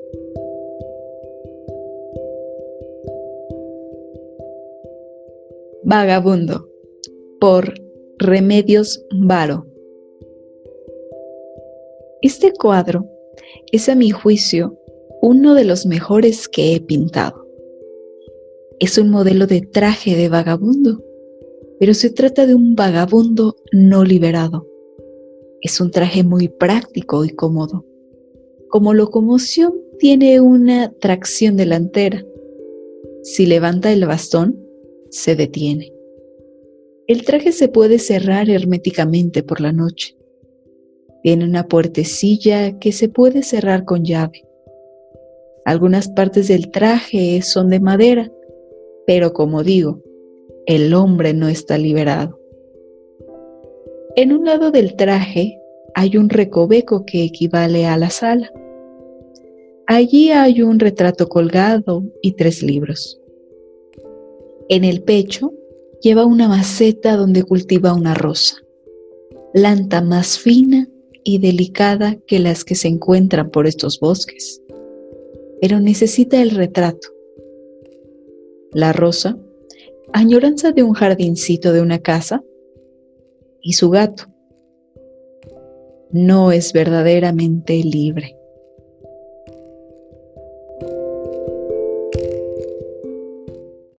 Vagabundo, por Remedios Varo. Este cuadro es, a mi juicio, uno de los mejores que he pintado. Es un modelo de traje de vagabundo, pero se trata de un vagabundo no liberado. Es un traje muy práctico y cómodo. Como locomoción tiene una tracción delantera. Si levanta el bastón, se detiene. El traje se puede cerrar herméticamente por la noche. Tiene una puertecilla que se puede cerrar con llave. Algunas partes del traje son de madera, pero como digo, el hombre no está liberado. En un lado del traje hay un recoveco que equivale a la sala. Allí hay un retrato colgado y 3 libros. En el pecho lleva una maceta donde cultiva una rosa, planta más fina y delicada que las que se encuentran por estos bosques, pero necesita el retrato. La rosa, añoranza de un jardincito de una casa, y su gato. No es verdaderamente libre.